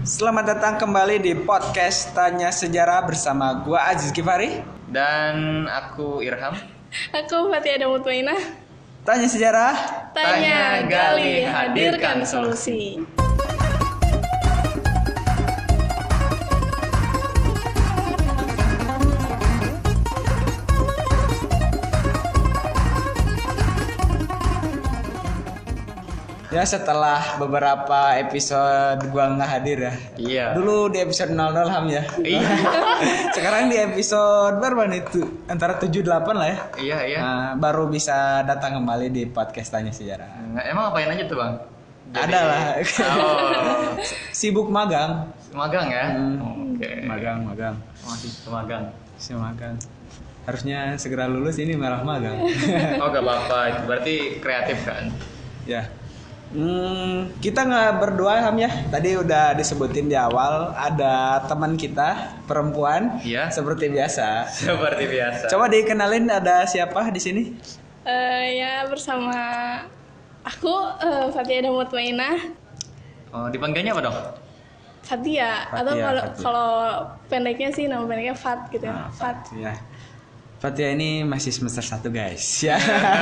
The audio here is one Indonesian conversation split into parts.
Selamat datang kembali di podcast Tanya Sejarah bersama gua Aziz Gifari dan aku Irham. Aku Fatia Damutmainah. Tanya Sejarah, Tanya, gali, hadirkan solusi. ya setelah beberapa episode gua nggak hadir ya. Iya. Dulu di episode 00 Ham ya. Iya. Sekarang di episode berapa nih tuh? Antara 7-8 lah ya. Iya. Nah, baru bisa datang kembali di podcast Tanya Sejarah. Emang ngapain aja tuh bang? Ada lah. Oh, Sibuk magang. magang ya? Oke. Magang. Masih magang. Magang. Harusnya segera lulus, ini malah magang. Oh gak apa-apa, itu berarti kreatif kan? Ya. Kita nggak berdua Ham ya. Tadi udah disebutin di awal ada teman kita perempuan. Iya. Seperti biasa. Seperti biasa. Coba dikenalin ada siapa di sini? Ya bersama aku Fatia Damutmainah. Oh, dipanggilnya apa dong? Fatia. Atau kalau pendeknya sih nama pendeknya Fat gitu ya. Fat. Ya. Fatia ini masih semester 1 guys ya.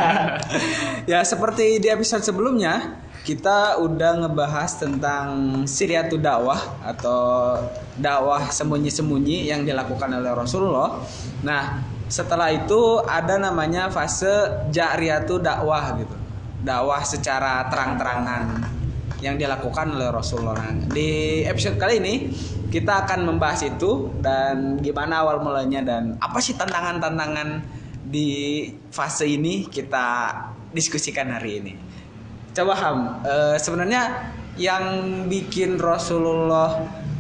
Ya seperti di episode sebelumnya kita udah ngebahas tentang Siriyatu dakwah atau dakwah sembunyi-sembunyi yang dilakukan oleh Rasulullah. Nah setelah itu ada namanya fase Ja'riyatu dakwah gitu, dakwah secara terang-terangan yang dilakukan oleh Rasulullah. Di episode kali ini kita akan membahas itu dan gimana awal mulanya dan apa sih tantangan-tantangan di fase ini kita diskusikan hari ini. Coba Ham, sebenarnya yang bikin Rasulullah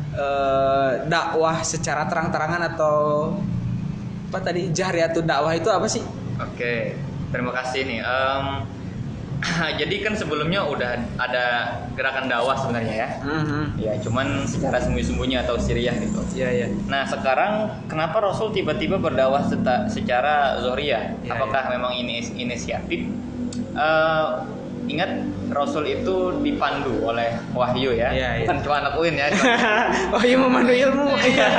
dakwah secara terang-terangan atau apa tadi Jahriyatul dakwah itu apa sih? Oke, terima kasih nih. Jadi kan sebelumnya udah ada gerakan dakwah sebenarnya ya. Ya, cuman secara sembunyi-sembunyi atau siriyah gitu. Iya. Nah, sekarang kenapa Rasul tiba-tiba berdakwah secara zohriyah? Apakah memang ini inisiatif? Ingat Rasul itu dipandu oleh wahyu ya. Bukan cuma anak UIN ya. Wahyu memandu ilmu.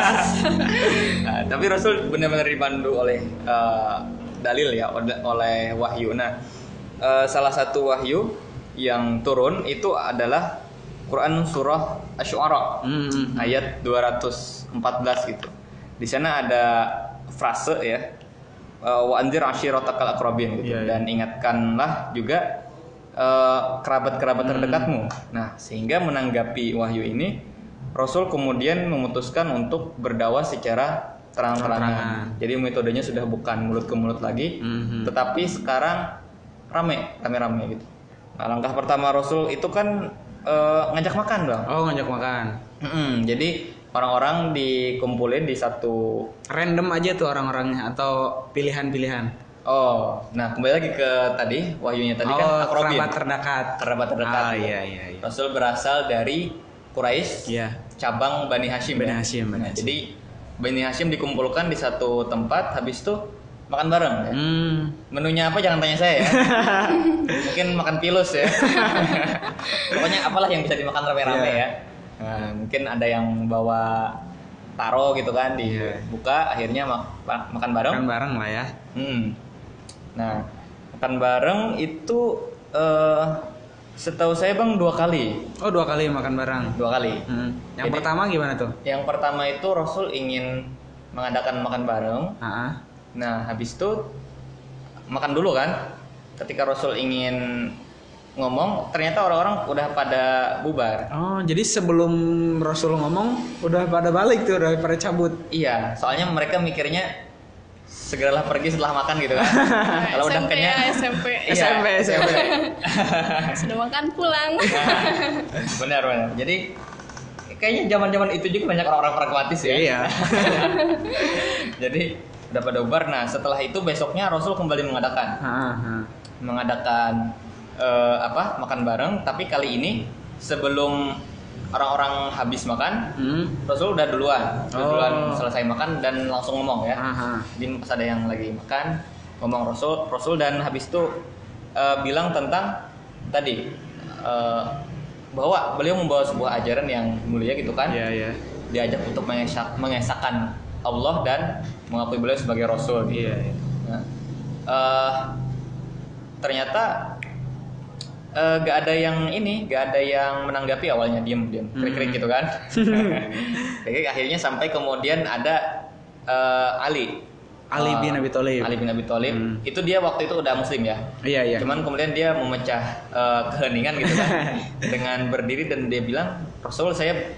Nah, tapi Rasul benar-benar dipandu oleh dalil ya, oleh wahyu. Nah, salah satu wahyu yang turun itu adalah Quran surah Asy-Syu'ara ayat 214 gitu. Di sana ada frase ya, wa anzir ashiratakal aqrabin gitu. Dan ingatkanlah juga kerabat-kerabat terdekatmu. Nah, sehingga menanggapi wahyu ini Rasul kemudian memutuskan untuk berdakwah secara terang-terangan. Jadi metodenya sudah bukan mulut ke mulut lagi, tetapi sekarang rame gitu. Nah, langkah pertama Rasul itu kan ngajak makan bang. Oh, ngajak makan. Jadi orang-orang dikumpulin di satu, random aja tuh orang-orangnya atau pilihan-pilihan. Oh, nah kembali lagi ke tadi wahyunya tadi kan akrobin. Kerabat terdekat. Iya. Rasul berasal dari Quraisy. Iya. Cabang Bani Hashim. Bani Hashim. Jadi Bani Hashim dikumpulkan di satu tempat, habis itu makan bareng ya. Menunya apa jangan tanya saya ya. Mungkin makan pilus ya. Pokoknya apalah yang bisa dimakan rame-rame ya. Nah, mungkin ada yang bawa taro gitu kan, dibuka, akhirnya makan bareng. Makan bareng lah ya. Nah, makan bareng itu setahu saya bang 2 kali. Oh, 2 kali makan bareng. 2 kali. Yang pertama gimana tuh? Yang pertama itu Rasul ingin mengadakan makan bareng. Nah, habis itu makan dulu kan. Ketika Rasul ingin ngomong, ternyata orang-orang udah pada bubar. Oh, jadi sebelum Rasul ngomong udah pada balik tuh, udah pada cabut. Iya, soalnya mereka mikirnya segeralah pergi setelah makan gitu kan. Kalau udah kenyang SMP. Sudah makan pulang. Benar. Jadi kayaknya zaman-zaman itu juga banyak orang-orang pragmatis ya. Iya. Jadi udah pada bubar. Nah, setelah itu besoknya Rasul kembali mengadakan makan bareng, tapi kali ini sebelum orang-orang habis makan, Rasul udah duluan selesai makan dan langsung ngomong ya. Jadi pas ada yang lagi makan, ngomong Rasul dan habis itu bilang tentang tadi bahwa beliau membawa sebuah ajaran yang mulia gitu kan. Iya. Diajak untuk mengesahkan Allah dan mengakui beliau sebagai rasul. Iya. Nah, ternyata gak ada yang menanggapi awalnya, diem krik-krik gitu kan. Krik akhirnya sampai kemudian ada Ali bin Abi Thalib. Itu dia waktu itu udah muslim ya. Iya. Cuman kemudian dia memecah keheningan gitu kan dengan berdiri dan dia bilang, Rasul, saya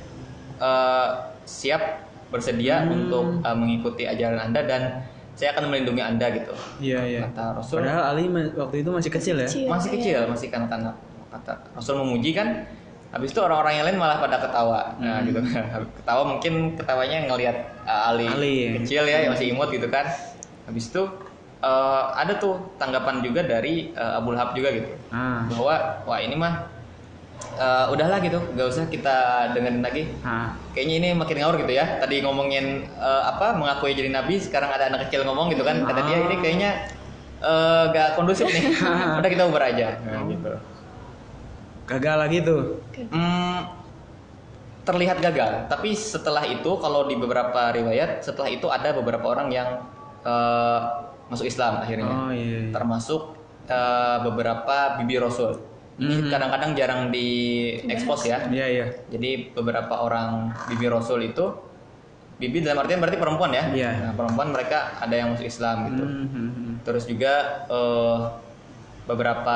siap bersedia untuk mengikuti ajaran Anda dan saya akan melindungi Anda gitu. Iya. Kata Rasul. Padahal Ali waktu itu masih kecil ya. Masih kecil, masih kanak-kanak. Kata Rasul memuji kan. Habis itu orang-orang yang lain malah pada ketawa. Nah, gitu. Ketawa mungkin ketawanya ngelihat Ali kecil ya, yang masih imut gitu kan. Habis itu ada tuh tanggapan juga dari Abu Lahab juga gitu. Bahwa wah ini mah udahlah gitu, gak usah kita dengerin lagi. Kayaknya ini makin ngawur gitu ya. Tadi ngomongin mengakui jadi nabi, sekarang ada anak kecil ngomong gitu kan. Kata dia ini kayaknya gak kondusif nih. Udah kita uber aja. Nah, gitu. Gagal lagi tuh. Terlihat gagal, tapi setelah itu kalau di beberapa riwayat, setelah itu ada beberapa orang yang masuk Islam akhirnya. Iya. Termasuk beberapa bibi Rasul. Ini kadang-kadang jarang diekspos ya. Iya. Jadi beberapa orang bibi Rasul itu, bibi dalam artian berarti perempuan ya. Iya. Nah, perempuan mereka ada yang masuk Islam gitu. Terus juga beberapa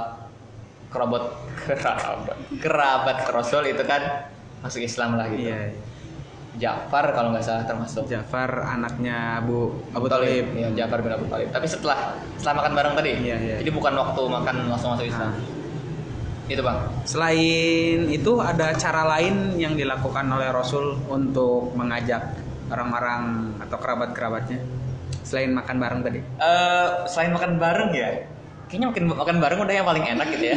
kerabat Rasul itu kan masuk Islam lah gitu. Iya. Ja'far kalau nggak salah termasuk. Ja'far anaknya Abu Thalib. Iya, Ja'far bin Abu Thalib. Tapi setelah makan bareng tadi. Iya. Jadi bukan waktu makan langsung masuk Islam. Itu Bang. Selain itu ada cara lain yang dilakukan oleh Rasul untuk mengajak orang-orang atau kerabat-kerabatnya selain makan bareng tadi? Selain makan bareng ya. Kayaknya makan bareng udah yang paling enak gitu ya.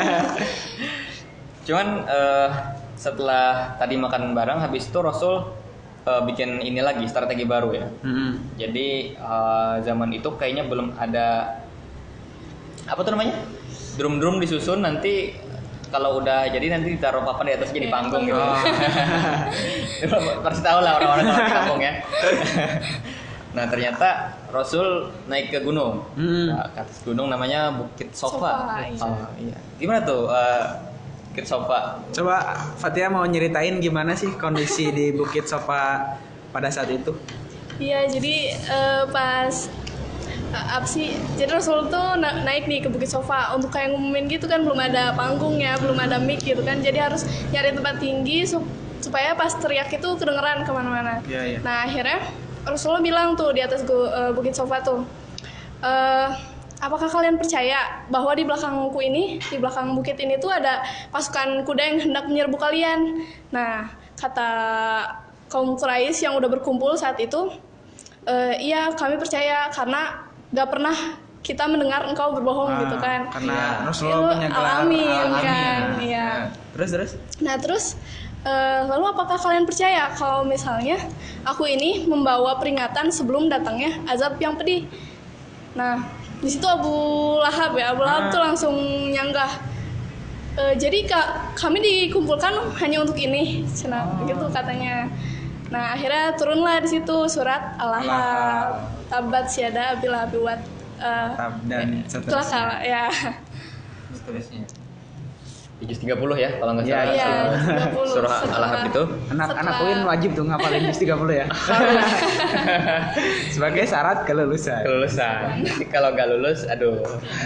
Cuman setelah tadi makan bareng, habis itu Rasul bikin ini lagi, strategi baru ya. Jadi zaman itu kayaknya belum ada apa tuh namanya, drum disusun, nanti kalau udah jadi nanti ditaruh papan di atas jadi panggung gitu. Pasti tahu lah orang-orang kalau di kampung ya. Nah ternyata Rasul naik ke gunung, nah, ke atas gunung namanya Bukit Sofa. Iya. Gimana tuh Bukit Sofa? Coba Fatia mau nyeritain gimana sih kondisi di Bukit Sofa pada saat itu? Iya, jadi pas jadi Rasul tuh naik nih ke Bukit Sofa untuk kayak ngumumin gitu kan, belum ada panggungnya, belum ada mic gitu kan, jadi harus nyari tempat tinggi supaya pas teriak itu kedengeran kemana-mana. Iya. Nah akhirnya Rasulullah bilang tuh di atas Bukit Sofa tuh, apakah kalian percaya bahwa di belakang bukit ini tuh ada pasukan kuda yang hendak menyerbu kalian? Nah, kata kaum Quraisy yang udah berkumpul saat itu, iya kami percaya karena gak pernah kita mendengar engkau berbohong gitu kan. Karena Rasulullah punya gelar alamin kan. Iya. Terus? Nah, terus lalu apakah kalian percaya kalau misalnya aku ini membawa peringatan sebelum datangnya azab yang pedih? Nah, di situ Abu Lahab tuh langsung nyanggah. Jadi kami dikumpulkan hanya untuk ini, gitu katanya. Nah, akhirnya turunlah di situ surat Al-Lahab. Tabat syada Abil Lahab dan seterusnya. Ya. Seterusnya. Di juz 30 ya kalau nggak salah. Iya, 30. Surah Al-Lahab itu. Anak UIN wajib tuh ngapalin juz 30 ya. Sebagai syarat kelulusan. Kalau nggak lulus, aduh.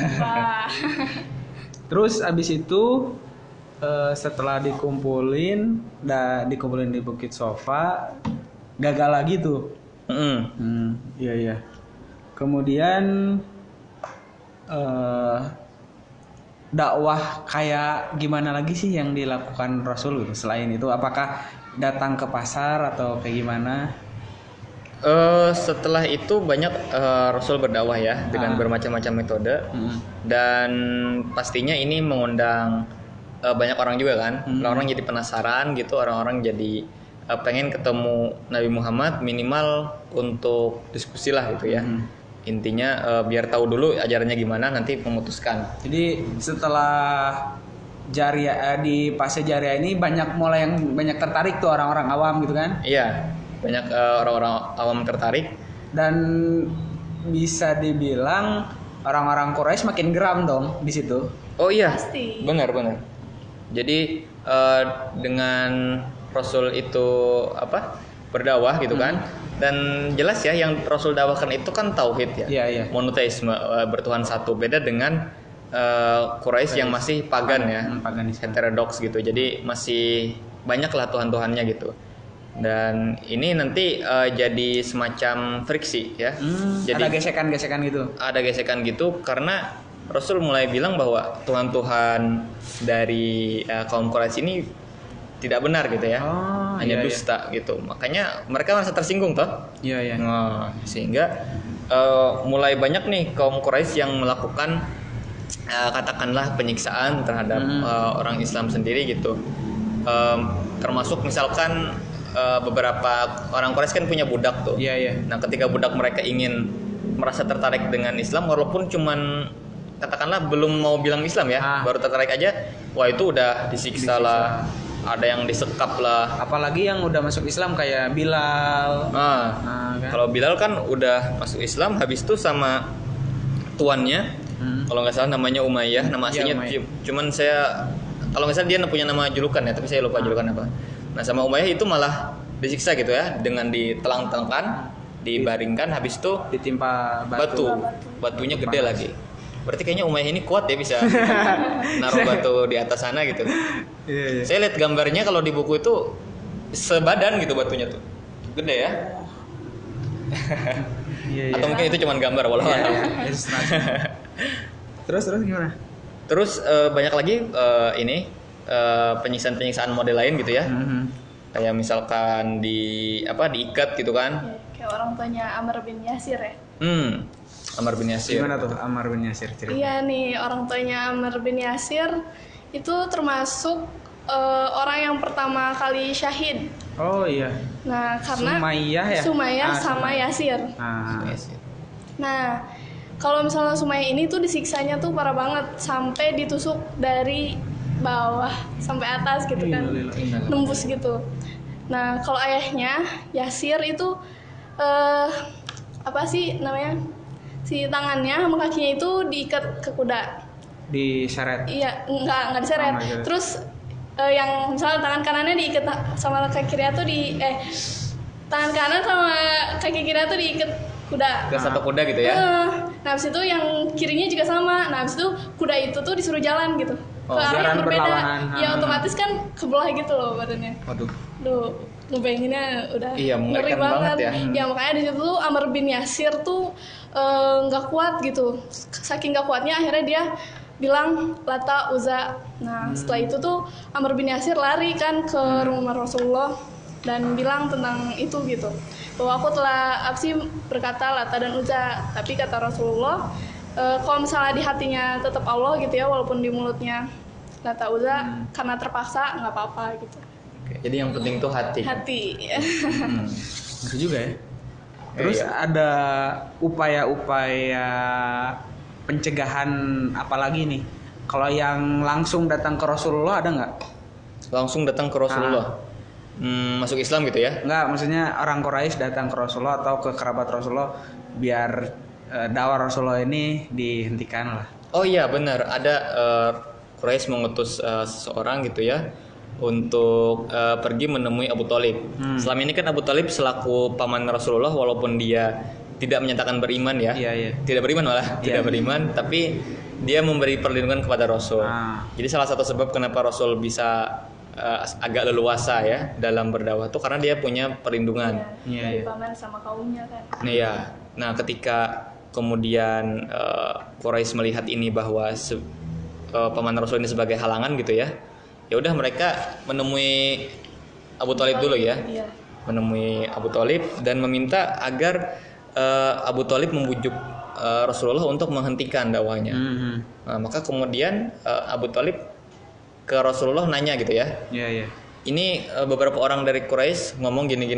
Terus abis itu setelah dikumpulin di Bukit Sofa, gagal lagi tuh. Iya. Kemudian dakwah kayak gimana lagi sih yang dilakukan Rasul gitu? Selain itu, apakah datang ke pasar atau kayak gimana? Setelah itu banyak Rasul berdakwah ya dengan bermacam-macam metode dan pastinya ini mengundang banyak orang juga kan. Orang-orang jadi penasaran gitu, orang-orang jadi pengen ketemu Nabi Muhammad minimal untuk diskusi lah gitu ya. Intinya biar tahu dulu ajarannya gimana, nanti memutuskan. Jadi setelah di fase Jaria ini mulai yang banyak tertarik tuh orang-orang awam gitu kan. Iya, banyak orang-orang awam tertarik. Dan bisa dibilang orang-orang Quraisy makin geram dong di situ. Oh iya, Pasti. benar. Jadi dengan Rasul itu berdakwah gitu kan, dan jelas ya yang Rasul dakwahkan itu kan tauhid ya, Iya. monoteisme, bertuhan satu. Beda dengan Quraisy yang masih pagan ya, Paganisme. heterodoks gitu. Jadi masih banyaklah tuhan-tuhannya gitu. Dan ini nanti jadi semacam friksi ya. Jadi Ada gesekan-gesekan gitu. ada gesekan gitu karena Rasul mulai bilang bahwa Tuhan-Tuhan dari kaum Quraisy ini tidak benar gitu ya, Oh, hanya iya, dusta gitu. Makanya mereka merasa tersinggung toh. Iya. Nah, sehingga mulai banyak nih kaum Quraisy yang melakukan katakanlah penyiksaan terhadap orang Islam sendiri gitu. Termasuk misalkan beberapa orang Quraisy kan punya budak tuh. Iya. Nah, ketika budak mereka ingin merasa tertarik dengan Islam, walaupun cuman katakanlah belum mau bilang Islam ya, baru tertarik aja, wah itu udah disiksa lah, ada yang disekap lah. Apalagi yang udah masuk Islam kayak Bilal. Nah, kan? kalau Bilal kan udah masuk Islam, habis itu sama tuannya, kalau nggak salah namanya Umayyah, nama Iya, aslinya Umayyah. cuman saya kalau nggak salah dia punya nama julukan ya, tapi saya lupa julukan apa. Nah, sama Umayyah itu malah disiksa gitu ya, dengan ditelang-telangkan, dibaringkan, habis itu Ditimpa batunya gede lagi. Berarti kayaknya Umayyah ini kuat ya, bisa naruh batu di atas sana gitu. Iya. Saya lihat gambarnya kalau di buku itu sebadan gitu batunya tuh, gede ya. Iya. Atau mungkin itu cuma gambar, walau Iya. Terus gimana? Terus banyak lagi penyiksaan-penyiksaan model lain gitu ya. Kayak misalkan diikat gitu kan. Kayak orang tuanya Amr bin Yasir ya. Ammar bin Yasir. Gimana tuh Ammar bin Yasir cerita? Iya nih, orang tuanya Amr bin Yasir itu termasuk orang yang pertama kali syahid. Oh iya. Nah, karena Sumayyah ya? Sumayyah sama Sumayyah. Yasir. Yasir. Nah, kalau misalnya Sumayyah ini tuh disiksanya tuh parah banget, sampai ditusuk dari bawah sampai atas gitu kan, nembus gitu. Nah, kalau ayahnya Yasir itu apa sih namanya, si tangannya sama kakinya itu diikat ke kuda. Diseret. Iya, nggak diseret. Oh, iya. Terus yang misalnya tangan kanannya diikat sama kaki kirinya tuh tangan kanan sama kaki kirinya tuh diikat kuda. Ke satu kuda gitu ya. Nah, habis itu yang kirinya juga sama. Nah, habis itu kuda itu tuh disuruh jalan gitu. Ke arah jalan yang berbeda. berlawanan. Ya otomatis kan kebelah gitu loh badannya. Waduh. Duh, ngebayanginnya udah Iya, ngeri mengerikan banget ya. Ya makanya di situ tuh Amr bin Yasir tuh nggak kuat gitu. Saking nggak kuatnya akhirnya dia bilang Lata Uzza. Nah, setelah itu tuh Amr bin Yasir lari kan ke rumah Rasulullah dan bilang tentang itu gitu. Bahwa aku telah berkata Lata dan Uzza, tapi kata Rasulullah kalau misalnya di hatinya tetap Allah gitu ya, walaupun di mulutnya Lata Uzza, karena terpaksa nggak apa-apa gitu. Oke, jadi yang penting tuh hati. Hati. Itu juga ya. Terus ada upaya-upaya pencegahan apalagi nih? Kalau yang langsung datang ke Rasulullah ada nggak? Langsung datang ke Rasulullah. Masuk Islam gitu ya? Nggak, maksudnya orang Quraisy datang ke Rasulullah atau ke kerabat Rasulullah biar dakwah Rasulullah ini dihentikan lah. Oh iya benar, ada Quraisy mengutus seseorang gitu ya untuk pergi menemui Abu Thalib. Selama ini kan Abu Thalib selaku paman Rasulullah, walaupun dia tidak menyatakan beriman ya, tidak beriman malah, tidak beriman, tapi dia memberi perlindungan kepada Rasul. Jadi salah satu sebab kenapa Rasul bisa agak leluasa ya dalam berdakwah tuh karena dia punya perlindungan. Dari paman sama kaumnya kan. Iya. Nah, ketika kemudian Quraisy melihat ini bahwa paman Rasul ini sebagai halangan gitu ya, ya udah mereka menemui Abu Thalib dulu ya, menemui Abu Thalib dan meminta agar Abu Thalib membujuk Rasulullah untuk menghentikan dakwahnya. Nah, maka kemudian Abu Thalib ke Rasulullah nanya gitu ya. Ini beberapa orang dari Quraisy ngomong gini.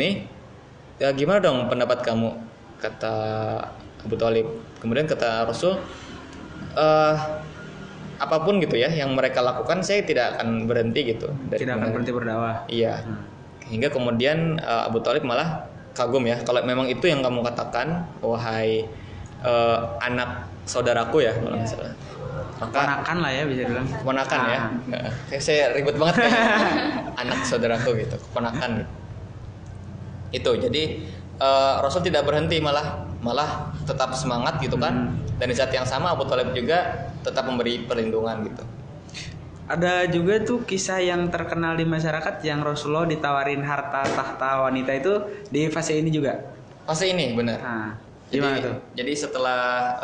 Ya gimana dong pendapat kamu? Kata Abu Thalib. Kemudian kata Rasul, apapun gitu ya yang mereka lakukan, saya tidak akan berhenti gitu. Tidak akan berhenti berdakwah. Iya. Hingga kemudian Abu Thalib malah kagum ya, kalau memang itu yang kamu katakan, wahai anak saudaraku ya kalau nggak salah. Maka Ponakan lah ya bisa bilang. keponakan ya. Saya ribet banget kayaknya. Anak saudaraku gitu, keponakan gitu. Itu jadi Rasul tidak berhenti, malah tetap semangat gitu kan. Dan di saat yang sama Abu Thalib juga tetap memberi perlindungan gitu. Ada juga tuh kisah yang terkenal di masyarakat yang Rasulullah ditawarin harta tahta wanita itu di fase ini juga. Fase ini benar. Nah, gimana tuh? Jadi setelah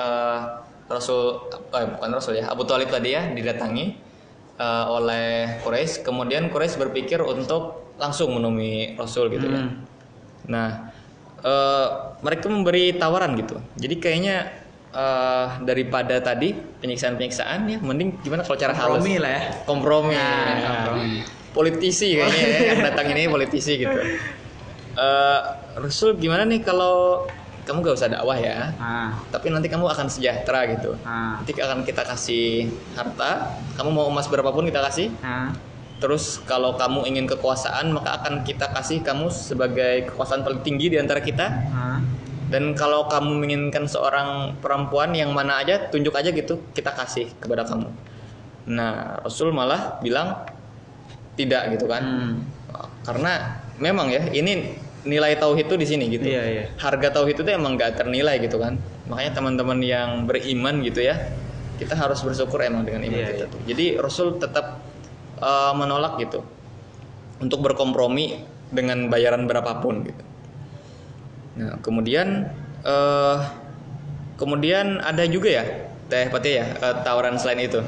bukan Rasul ya, Abu Thalib tadi ya didatangi oleh Quraisy, kemudian Quraisy berpikir untuk langsung menemui Rasul gitu ya. Nah, mereka memberi tawaran gitu. Jadi kayaknya daripada tadi penyiksaan ya, mending gimana kalau cara halus? Kompromi lah ya. Kompromi. Kompromi. Politisi kayaknya ya, yang datang ini politisi gitu. Rasul gimana nih kalau kamu gak usah dakwah ya, tapi nanti kamu akan sejahtera gitu. Nanti akan kita kasih harta, kamu mau emas berapapun kita kasih. Terus kalau kamu ingin kekuasaan, maka akan kita kasih kamu sebagai kekuasaan paling tinggi di antara kita. Dan kalau kamu menginginkan seorang perempuan yang mana aja, tunjuk aja gitu, kita kasih kepada kamu. Nah, Rasul malah bilang tidak gitu kan. Karena memang ya, ini nilai tauhid itu di sini gitu. Iya. Harga tauhid itu emang gak ternilai gitu kan. Makanya teman-teman yang beriman gitu ya, kita harus bersyukur emang dengan iman kita tuh. Jadi Rasul tetap menolak gitu untuk berkompromi dengan bayaran berapapun gitu. Nah, kemudian ada juga ya Teh Fatia ya tawaran selain itu.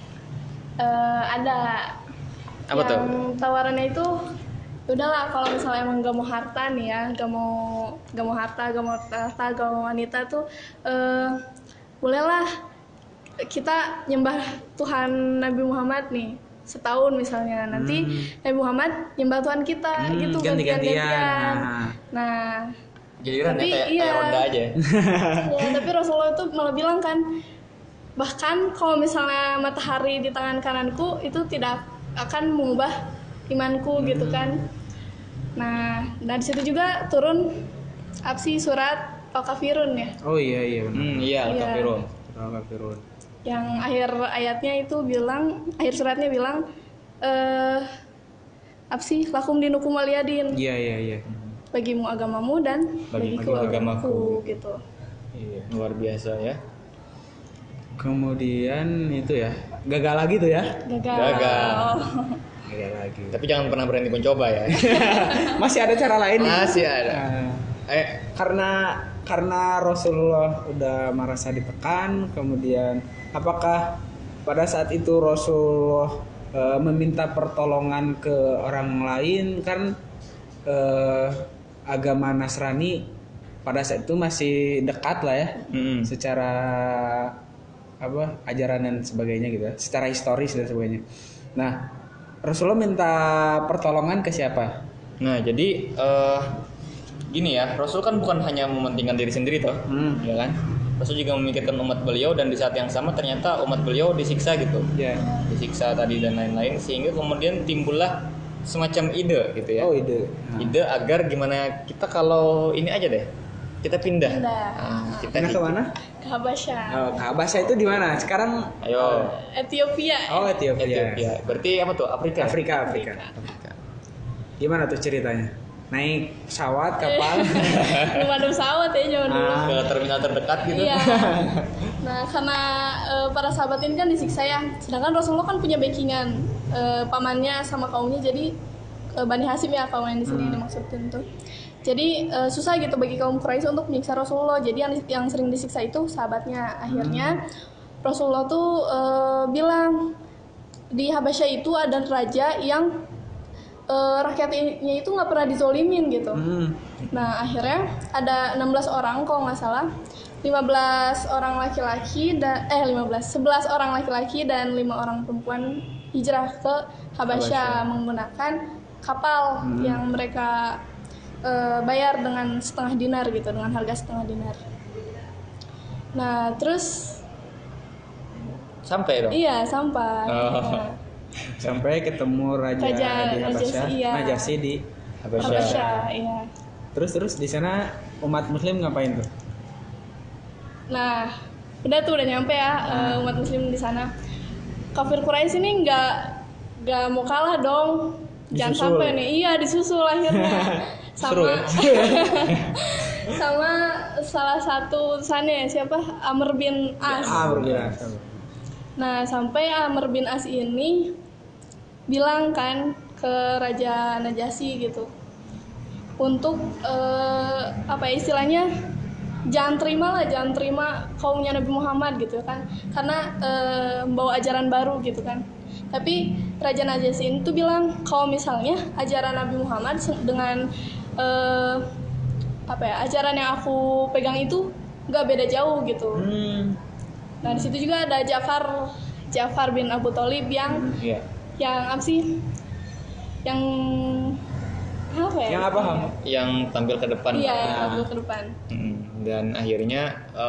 Ada. Apa tuh? Tawarannya itu udahlah, kalau misalnya emang gak mau harta nih ya, gak mau harta, gak mau tahta, gak mau wanita tuh bolehlah kita nyembah Tuhan Nabi Muhammad nih setahun misalnya, nanti Nabi Muhammad nyembah Tuhan kita gitu, ganti-gantian. Nah, giliran tapi kayak Honda aja. Ya, tapi Rasulullah itu malah bilang kan, bahkan kalau misalnya matahari di tangan kananku itu tidak akan mengubah imanku gitu kan. Nah, dari situ juga turun surat Al-Kafirun ya. Oh iya benar. Iya, Al-Kafirun. Al-Kafirun. Yang akhir ayatnya itu bilang, akhir suratnya bilang lakum dinukum waliyadin. Iya. Bagimu agamamu dan bagiku agamaku gitu. Iya, luar biasa ya. Kemudian itu ya, gagal lagi tuh ya. Gagal lagi. Tapi jangan pernah berhenti mencoba ya. Masih ada cara lain. Masih ada. Karena Rasulullah udah merasa ditekan, kemudian apakah pada saat itu Rasulullah meminta pertolongan ke orang lain? Kan agama Nasrani pada saat itu masih dekat lah ya, secara ajaran dan sebagainya gitu, secara historis dan sebagainya. Nah, Rasulullah minta pertolongan ke siapa? Nah, jadi gini ya, Rasul kan bukan hanya mementingkan diri sendiri toh, ya kan? Rasul juga memikirkan umat beliau, dan di saat yang sama ternyata umat beliau disiksa gitu, disiksa tadi dan lain-lain, sehingga kemudian timbullah semacam ide gitu ya. Ide agar gimana kita kalau ini aja deh, kita pindah. Kita ke mana? Ke Habasyah. Ke Habasyah itu di mana? Sekarang ayo. Ethiopia. Ethiopia. Berarti apa tuh? Afrika. Gimana tuh ceritanya? Naik pesawat, kapal? Belum ada pesawat ya zaman dulu. Ke terminal terdekat gitu. Iya. Nah, karena para sahabat ini kan disiksa ya. Sedangkan Rasulullah kan punya backingan pamannya sama kaumnya, jadi Bani Hasyim ya kaum yang di sini dimaksudin tuh. Jadi susah gitu bagi kaum Quraisy untuk menyiksa Rasulullah. Jadi yang sering disiksa itu sahabatnya. Akhirnya Rasulullah tuh bilang di Habasyah itu ada raja yang rakyatnya itu nggak pernah dizolimin gitu. Nah, akhirnya ada 16 orang kalau nggak salah, 11 orang laki-laki dan 11 orang laki-laki dan 5 orang perempuan hijrah ke Habasyah menggunakan kapal yang mereka bayar dengan setengah dinar gitu, dengan harga setengah dinar. Nah, terus Sampai dong. Iya, sampai. Oh. Nah, Sampai ketemu raja, Raja di Habasyah, Najasyi, iya. Najasyi di Habasyah. Habasyah, iya. Terus di sana umat muslim ngapain tuh? Nah, udah nyampe ya umat muslim di sana. Kafir Quraisy ini nggak mau kalah dong. Jangan Disusul. sampai nih. Iya, disusul akhirnya. Seru Sama ya? sama salah satu utusannya siapa? Amr bin As. Berbiasa. Nah, sampai Amr bin As ini bilang kan ke Raja Najasyi gitu. Untuk apa ya, istilahnya jangan terima kaumnya Nabi Muhammad gitu kan, karena membawa ajaran baru gitu kan. Tapi Raja Najasyi itu bilang kalau misalnya ajaran Nabi Muhammad dengan apa ya, ajaran yang aku pegang itu nggak beda jauh gitu. Nah, di situ juga ada Ja'far bin Abu Thalib yang Iya. apa sih, yang apa ya, Yang apa Ham? Yang tampil ke depan. iya, yang tampil ke depan. Dan akhirnya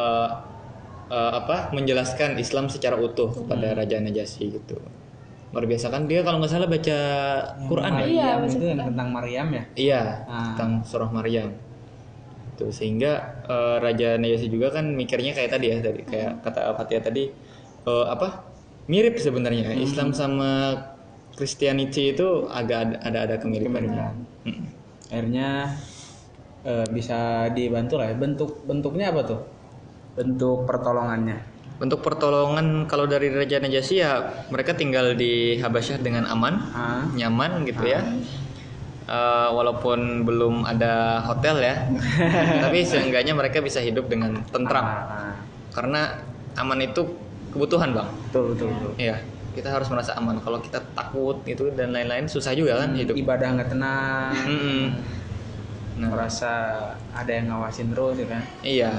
menjelaskan Islam secara utuh kepada Raja Najasyi gitu. Luar biasa kan, dia kalau nggak salah baca Quran ya. Iya, Maryam baca itu yang Quran. tentang Maryam ya. Iya, Ah. tentang surah Maryam. Tuh, sehingga Raja Najasyi juga kan mikirnya kayak tadi ya, tadi kayak kata Fatia tadi, mirip sebenarnya Islam sama Christianity itu agak ada kemiripan. Akhirnya bisa dibantu lah ya. Bentuknya apa tuh? Bentuk pertolongannya. Bentuk pertolongan kalau dari Raja Najasyi ya mereka tinggal di Habasyah dengan aman, nyaman gitu ya. Walaupun belum ada hotel ya, tapi seenggaknya mereka bisa hidup dengan tentram. Karena aman itu kebutuhan, Bang. Betul. Iya, kita harus merasa aman. Kalau kita takut gitu dan lain-lain susah juga kan hidup. Ibadah nggak tenang. Nah, Merasa ada yang ngawasin terus ya kan. iya.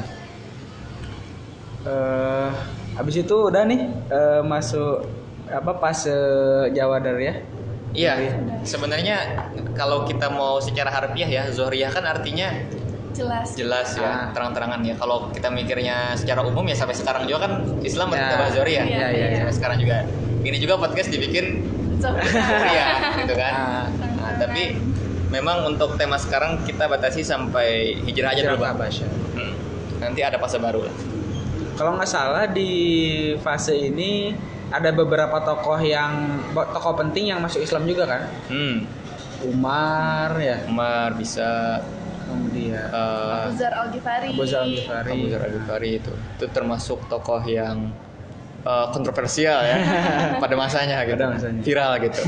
Habis itu udah nih masuk pas Jawa Dar ya. Iya, sebenarnya kalau kita mau secara harfiah ya, Zohriyah kan artinya jelas ya, terang-terangan ya. Kalau kita mikirnya secara umum ya sampai sekarang juga kan Islam Ya. berkata Zohriyah. Iya. Sampai sekarang juga. Ini juga podcast dibikin Zohriyah gitu kan. Nah, tapi memang untuk tema sekarang kita batasi sampai hijrah aja dulu, Bang. Habasyah. Nanti ada fase baru lah. Kalau nggak salah di fase ini ada beberapa tokoh penting yang masuk Islam juga kan. Umar ya, Umar bisa kemudian Abu Dzar Al-Ghifari. Abu Dzar Al-Ghifari. Abu Dzar Al-Ghifari itu termasuk tokoh yang kontroversial ya pada masanya gitu. Pada masanya. Viral gitu.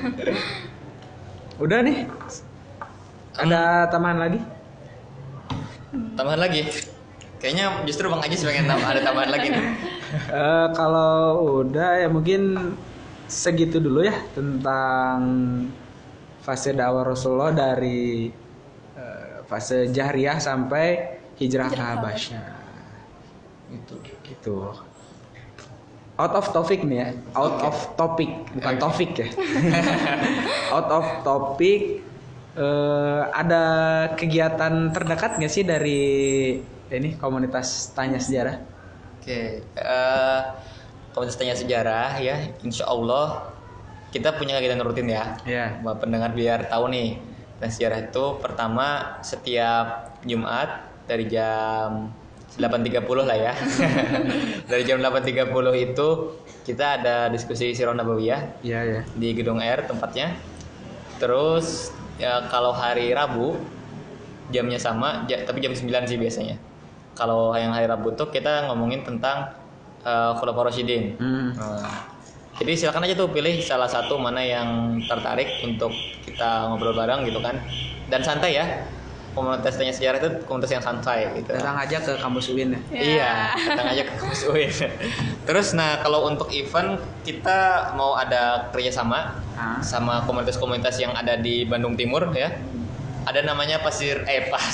Udah nih. Ada tambahan lagi? Tambahan lagi. Kayaknya justru Bang Ajis pengen ada tambahan lagi nih. Kalau udah ya mungkin segitu dulu ya tentang fase dakwah Rasulullah dari fase jahriyah sampai hijrah ke Habasyah. Itu. Out of topic nih ya. Out of topic, bukan topik ya. Out of topic. Ada kegiatan terdekat nggak sih dari ini komunitas Tanya Sejarah? Oke, komunitas Tanya Sejarah ya, insya Allah kita punya kegiatan rutin ya. Iya. Buat pendengar biar tahu nih, Tanya Sejarah itu pertama setiap Jumat dari jam 8.30 lah ya. Dari jam 8.30 itu kita ada diskusi Sirah Nabawiyah Iya. di Gedung R tempatnya. Terus ya kalau hari Rabu jamnya sama, tapi jam 9 sih biasanya. Kalau yang hari Rabu tuh kita ngomongin tentang Khulafaur Rasyidin. Jadi silakan aja tuh pilih salah satu mana yang tertarik untuk kita ngobrol bareng gitu kan. Dan santai ya. Komunitas Tanya Sejarah itu komunitas yang santai gitu. Datang aja ke kampus UIN ya. Iya, datang aja ke kampus UIN. Terus nah kalau untuk event kita mau ada kerjasama sama komunitas-komunitas yang ada di Bandung Timur ya. Ada namanya Pasar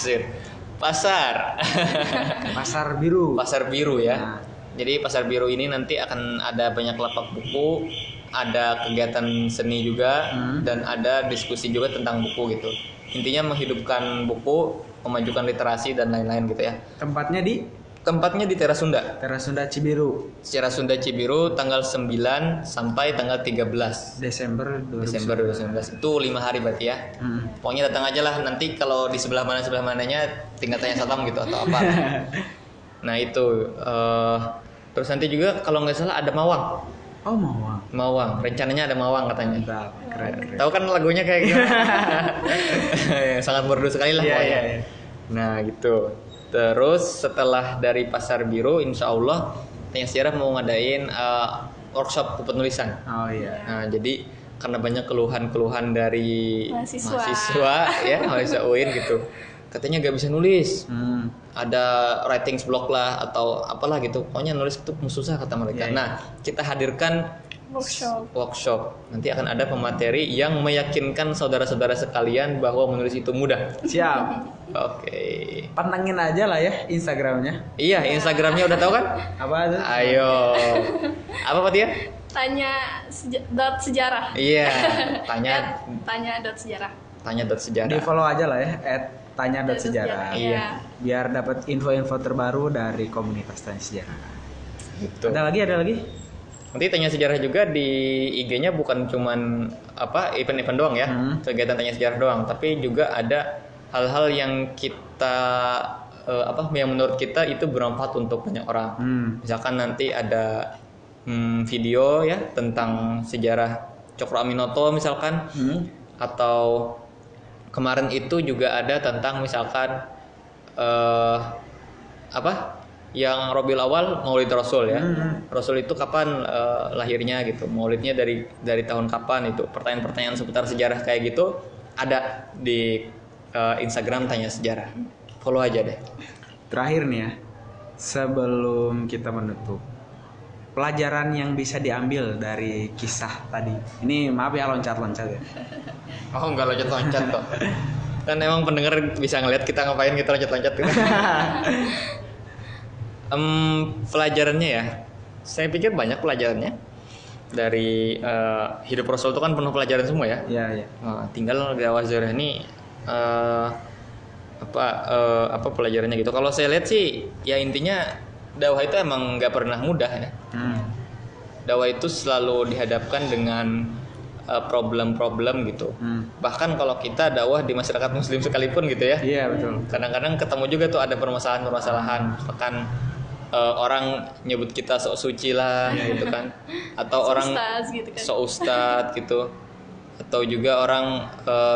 Pasar Biru. Pasar Biru ya. Jadi Pasar Biru ini nanti akan ada banyak lapak buku, ada kegiatan seni juga, dan ada diskusi juga tentang buku gitu. Intinya menghidupkan buku, memajukan literasi dan lain-lain gitu ya. Tempatnya di Tempatnya di Teras Sunda. Teras Sunda Cibiru. Secara Sunda Cibiru tanggal 9 sampai tanggal 13 Desember 2019. Itu 5 hari berarti ya. Pokoknya datang aja lah, nanti kalau di sebelah mananya tinggal tanya satpam gitu atau apa. Nah itu terus nanti juga kalau nggak salah ada Mawang. Oh, Mawang. Mawang, rencananya ada Mawang katanya. Mantap, keren. Tahu kan lagunya kayak gimana? Sangat merdu sekali lah Iya, pokoknya. iya. Nah gitu. Terus setelah dari Pasar Biru, insya Allah Tanya Sejarah mau ngadain workshop penulisan. Oh iya. Nah jadi karena banyak keluhan-keluhan dari Mahasiswa. ya, mahasiswa UIN gitu. Katanya gak bisa nulis. Ada writing block lah atau apalah gitu. Pokoknya nulis itu susah kata mereka. Iya, iya. Nah, kita hadirkan workshop. Nanti akan ada pemateri yang meyakinkan saudara-saudara sekalian bahwa menulis itu mudah. Siap. Oke. Pantengin aja lah ya Instagramnya. Iya, Instagramnya udah tahu kan? Apa tuh? Ayo. Apa Pak Tia? Tanya dot sejarah. Iya. Tanya Tanya dot sejarah. sejarah. Di follow aja lah ya @tanya.sejarah. Iya. Biar dapat info-info terbaru dari komunitas Tanya Sejarah. Gitu. Ada lagi? Nanti Tanya Sejarah juga di IG-nya bukan cuman event-event doang ya, kegiatan Tanya Sejarah doang, tapi juga ada hal-hal yang kita yang menurut kita itu bermanfaat untuk banyak orang. Misalkan nanti ada video ya tentang sejarah Cokro Aminoto misalkan, atau kemarin itu juga ada tentang misalkan yang Rabiul Awal Maulid Rasul ya. Rasul itu kapan lahirnya gitu. Maulidnya dari tahun kapan itu. Pertanyaan-pertanyaan seputar sejarah kayak gitu ada di Instagram Tanya Sejarah. Follow aja deh. Terakhir nih ya, sebelum kita menutup, pelajaran yang bisa diambil dari kisah tadi. Ini maaf ya loncat-loncat ya. Oh enggak loncat-loncat kok. Kan emang pendengar bisa ngeliat kita ngapain gitu loncat-loncat gitu. Pelajarannya ya, saya pikir banyak pelajarannya dari hidup Rasul itu kan penuh pelajaran semua ya. Iya. Tinggal dakwah Sejarah ini apa pelajarannya gitu. Kalau saya lihat sih ya intinya dakwah itu emang nggak pernah mudah ya. Dakwah itu selalu dihadapkan dengan problem-problem gitu. Bahkan kalau kita dakwah di masyarakat Muslim sekalipun gitu ya. Iya betul. Kadang-kadang ketemu juga tuh ada permasalahan. Misalkan orang nyebut kita sok suci lah gitu kan, atau orang sok ustad gitu, atau juga orang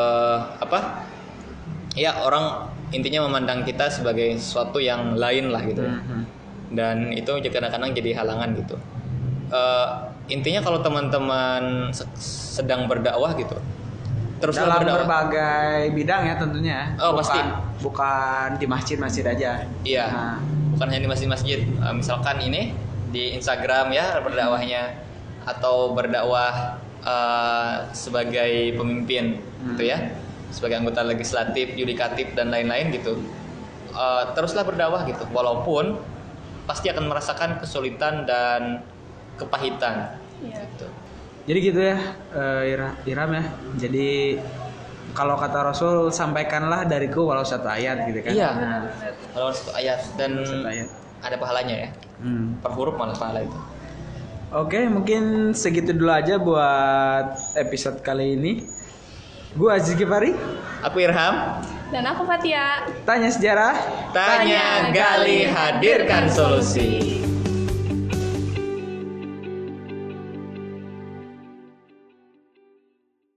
orang intinya memandang kita sebagai sesuatu yang lain lah gitu. Dan itu kadang-kadang jadi halangan gitu. Intinya kalau teman-teman sedang berdakwah gitu, terus dalam berbagai bidang ya tentunya. Pasti. Bukan di masjid-masjid aja. Iya. Bukan hanya di masjid-masjid. Misalkan ini di Instagram ya berdakwahnya, atau berdakwah sebagai pemimpin gitu ya, sebagai anggota legislatif, yudikatif dan lain-lain gitu. Teruslah berdakwah gitu, walaupun pasti akan merasakan kesulitan dan kepahitan. Gitu. Jadi gitu ya, Iram ya. Jadi kalau kata Rasul, sampaikanlah dariku walau satu ayat gitu kan. Iya. Walau satu ayat dan ada pahalanya ya. Per huruf malah pahala itu. Oke, mungkin segitu dulu aja buat episode kali ini. Gua Aziz Gifari. Aku Irham. Dan aku Fatia. Tanya Sejarah. Tanya, gali, hadirkan solusi.